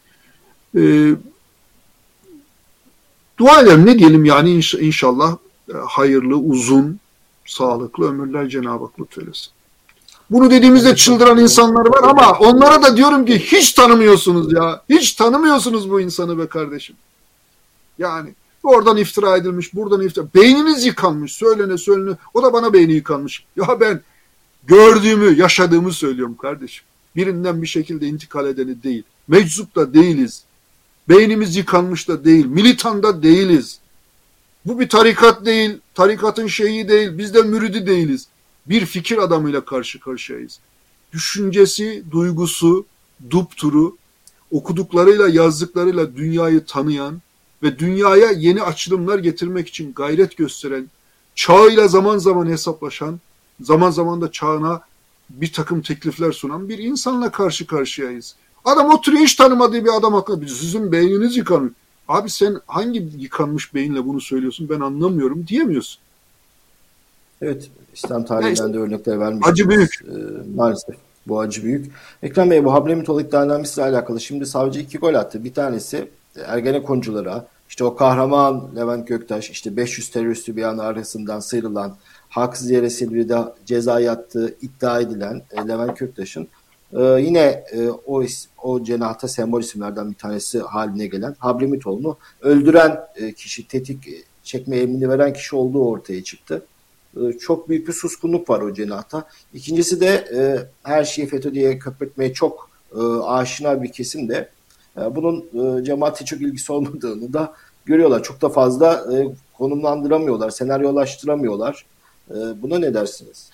Dua edelim, ne diyelim yani, inşallah hayırlı, uzun, sağlıklı ömürler Cenab-ı Hak lütfeylesin. Bunu dediğimizde çıldıran insanlar var, ama onlara da diyorum ki hiç tanımıyorsunuz ya. Hiç tanımıyorsunuz bu insanı be kardeşim. Yani oradan iftira edilmiş, buradan iftira. Beyniniz yıkanmış, söylene. O da bana beyni yıkanmış. Ya ben gördüğümü, yaşadığımı söylüyorum kardeşim. Birinden bir şekilde intikal edeni değil. Meczup da değiliz. Beynimiz yıkanmış da değil. Militan da değiliz. Bu bir tarikat değil. Tarikatın şeyi değil. Biz de müridi değiliz. Bir fikir adamıyla karşı karşıyayız. Düşüncesi, duygusu, dupturu, okuduklarıyla, yazdıklarıyla dünyayı tanıyan ve dünyaya yeni açılımlar getirmek için gayret gösteren, çağıyla zaman zaman hesaplaşan, zaman zaman da çağına bir takım teklifler sunan bir insanla karşı karşıyayız. Adam oturuyor, hiç tanımadığı bir adam hakkında, sizin beyniniz yıkanmış. Abi sen hangi yıkanmış beyinle bunu söylüyorsun, ben anlamıyorum diyemiyorsun. Evet, İslam tarihinden de örnekler vermiştiniz. Acı büyük. Maalesef bu acı büyük. Ekrem Bey, bu Hablemitoğlu iddianamesiyle alakalı şimdi savcı 2 gol attı. Bir tanesi Ergenekonculara, işte o kahraman Levent Göktaş, işte 500 teröristi bir an arasından sıyrılan, haksız yere Silivri'de ceza yattığı iddia edilen Levent Göktaş'ın yine o cenahta sembol isimlerden bir tanesi haline gelen Hablemitoğlu'nu öldüren kişi, tetik çekme emrini veren kişi olduğu ortaya çıktı. Çok büyük bir suskunluk var o cenahta. İkincisi de her şeyi FETÖ diye köpürtmeye çok aşina bir kesim de bunun cemaate çok ilgisi olmadığını da görüyorlar. Çok da fazla konumlandıramıyorlar, senaryolaştıramıyorlar. Buna ne dersiniz?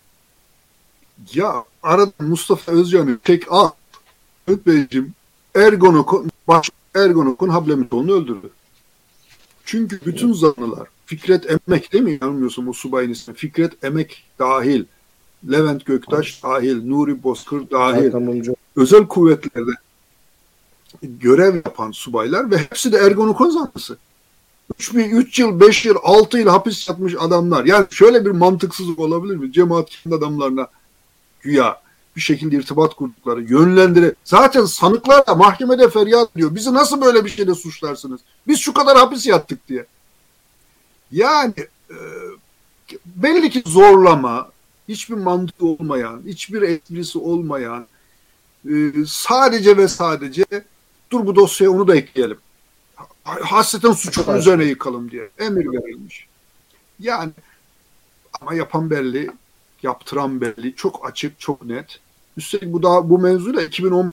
Ya arada Mustafa Özcan'ı tek Mehmet Beyciğim Ergonokon Hablemitoğlu'nu öldürdü. Çünkü bütün zanlılar, Fikret Emek değil mi, yanılmıyorsam o subayın ismi, Fikret Emek dahil, Levent Göktaş dahil, Nuri Bozkır dahil, özel kuvvetlerde görev yapan subaylar ve hepsi de Ergonokon zanlısı. 3 yıl, 5 yıl, 6 yıl hapis yatmış adamlar. Yani şöyle bir mantıksızlık olabilir mi? Cemaat kendi adamlarına güya bir şekilde irtibat kurdukları, zaten sanıklar da mahkemede feryat ediyor. Bizi nasıl böyle bir şeyle suçlarsınız? Biz şu kadar hapis yattık diye. Yani belli ki zorlama, hiçbir mantığı olmayan, hiçbir esprisi olmayan, sadece ve sadece dur bu dosyaya onu da ekleyelim. Hasreten suçun üzerine yıkalım diye emir verilmiş. Yani ama yapan belli, yaptıran belli, çok açık, çok net. Üstelik bu mevzuyla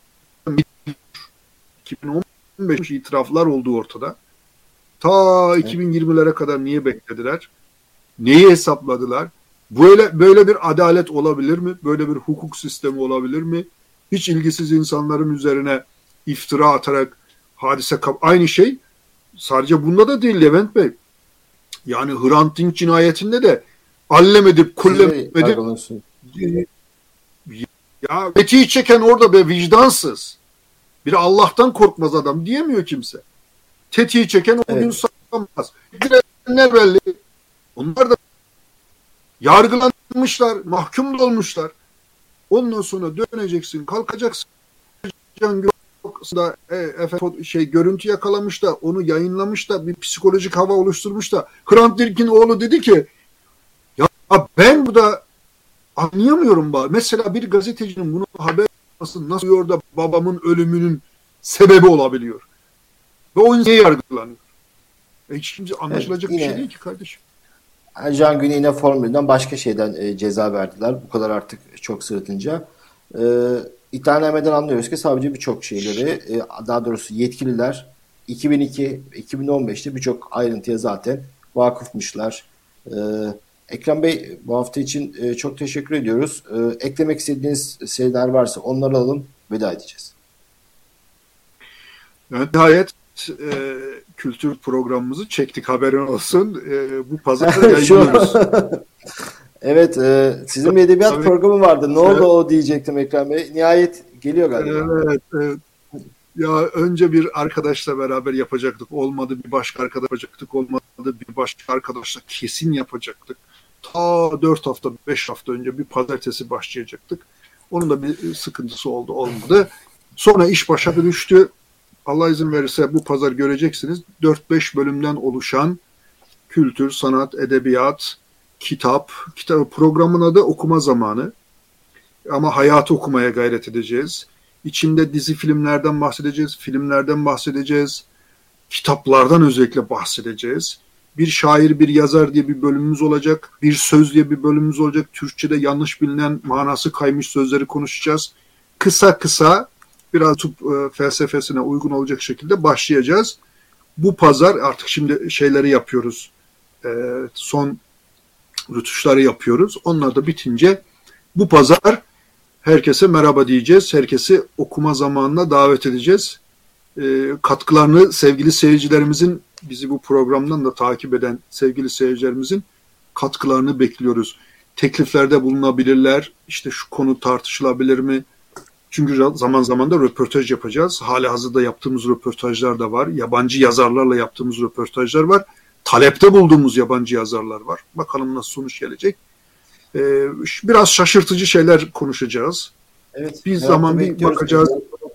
2015 itiraflar olduğu ortada. Ta 2020'lere kadar niye beklediler? Neyi hesapladılar? Böyle bir adalet olabilir mi? Böyle bir hukuk sistemi olabilir mi? Hiç ilgisiz insanların üzerine iftira atarak aynı şey sadece bunda da değil Levent Bey. Yani Hrant Dink cinayetinde de allem edip kullem edip ya etiği çeken orada be vicdansız. Bir Allah'tan korkmaz adam diyemiyor kimse. Tetiği çeken o gün sanmaz. Ne belli. Onlar da yargılanmışlar, mahkum da olmuşlar. Ondan sonra döneceksin, kalkacaksın. da görüntü yakalamış da onu yayınlamış da bir psikolojik hava oluşturmuş da Hrant Dink'in oğlu dedi ki ya ben burada anlayamıyorum. Mesela bir gazetecinin bunu haber yapması nasıl oluyor da babamın ölümünün sebebi olabiliyor? Ve o insan yargılanıyor. Şimdi anlaşılacak bir şey değil ki kardeşim. Ercan Güney yine formülden başka şeyden ceza verdiler. Bu kadar artık çok sırıtınca. İddianameden anlıyoruz ki sadece birçok şeyleri daha doğrusu yetkililer 2002-2015'te birçok ayrıntıya zaten vakıfmışlar. Ekrem Bey bu hafta için çok teşekkür ediyoruz. Eklemek istediğiniz şeyler varsa onları alalım, veda edeceğiz. Nihayet kültür programımızı çektik, haberin olsun. Bu pazar yayınlıyoruz. Evet, sizin bir edebiyat programı vardı. Ne oldu o diyecektim Ekrem Bey. Nihayet geliyor galiba. Evet. Ya önce bir arkadaşla beraber yapacaktık. Olmadı, bir başka arkadaş yapacaktık. Olmadı, bir başka arkadaşla kesin yapacaktık. Ta 4 hafta, 5 hafta önce bir pazartesi başlayacaktık. Onun da bir sıkıntısı olmadı. Sonra iş başa düştü. Allah izin verirse bu pazar göreceksiniz. 4-5 bölümden oluşan kültür, sanat, edebiyat, kitap programın adı Okuma Zamanı. Ama hayatı okumaya gayret edeceğiz. İçinde dizi filmlerden bahsedeceğiz, filmlerden bahsedeceğiz, kitaplardan özellikle bahsedeceğiz. Bir şair, bir yazar diye bir bölümümüz olacak, bir söz diye bir bölümümüz olacak. Türkçe'de yanlış bilinen, manası kaymış sözleri konuşacağız. Kısa biraz felsefesine uygun olacak şekilde başlayacağız. Bu pazar artık şimdi şeyleri yapıyoruz. Son rötuşları yapıyoruz. Onlar da bitince bu pazar herkese merhaba diyeceğiz. Herkesi okuma zamanına davet edeceğiz. Katkılarını sevgili seyircilerimizin, bizi bu programdan da takip eden sevgili seyircilerimizin katkılarını bekliyoruz. Tekliflerde bulunabilirler. İşte şu konu tartışılabilir mi? Çünkü zaman zaman da röportaj yapacağız. Halihazırda yaptığımız röportajlar da var. Yabancı yazarlarla yaptığımız röportajlar var. Talepte bulduğumuz yabancı yazarlar var. Bakalım nasıl sonuç gelecek. Biraz şaşırtıcı şeyler konuşacağız. Evet, bir zaman bir bakacağız.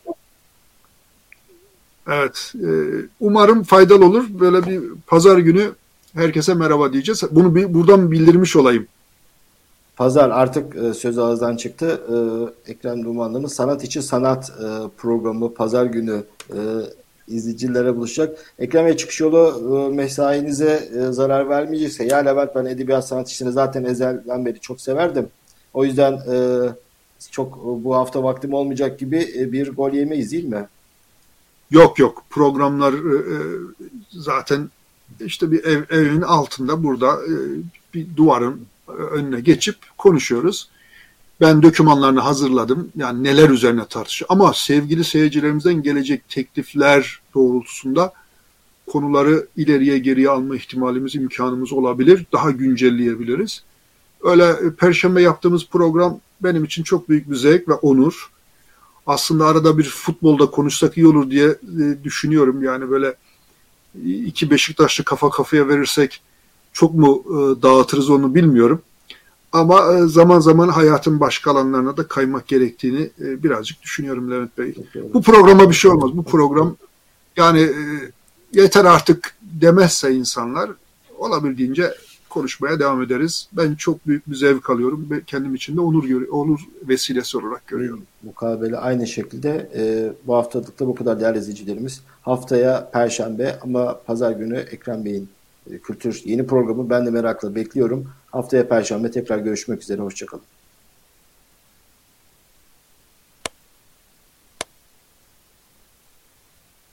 Evet. Umarım faydalı olur. Böyle bir pazar günü herkese merhaba diyeceğiz. Bunu buradan bildirmiş olayım. Pazar artık söz ağızdan çıktı. Ekrem Dumanlı'nın Sanat İçi Sanat programı pazar günü izleyicilere buluşacak. Ekrem Bey, çıkış yolu mesainize zarar vermeyecekse, ya Levent, ben edebiyat sanat işini zaten ezelden beri çok severdim. O yüzden çok bu hafta vaktim olmayacak gibi bir gol yemeyiz değil mi? Yok. Programlar zaten işte bir evin altında burada bir duvarın önüne geçip konuşuyoruz. Ben dokümanlarını hazırladım. Yani neler üzerine tartışıyor. Ama sevgili seyircilerimizden gelecek teklifler doğrultusunda konuları ileriye geriye alma ihtimalimiz, imkanımız olabilir. Daha güncelleyebiliriz. Öyle Perşembe yaptığımız program benim için çok büyük bir zevk ve onur. Aslında arada bir futbolda konuşsak iyi olur diye düşünüyorum. Yani böyle iki Beşiktaşlı kafa kafaya verirsek çok mu dağıtırız onu bilmiyorum. Ama zaman zaman hayatın başka alanlarına da kaymak gerektiğini birazcık düşünüyorum Levent Bey. Bu programa bir şey olmaz. Bu program yani yeter artık demezse insanlar, olabildiğince konuşmaya devam ederiz. Ben çok büyük bir zevk alıyorum ve kendim için de onur vesilesi olarak görüyorum. Mukabele aynı şekilde. Bu haftalıkta bu kadar değerli izleyicilerimiz. Haftaya Perşembe ama pazar günü Ekrem Bey'in Kültür yeni programı ben de merakla bekliyorum. Haftaya Perşembe tekrar görüşmek üzere. Hoşçakalın.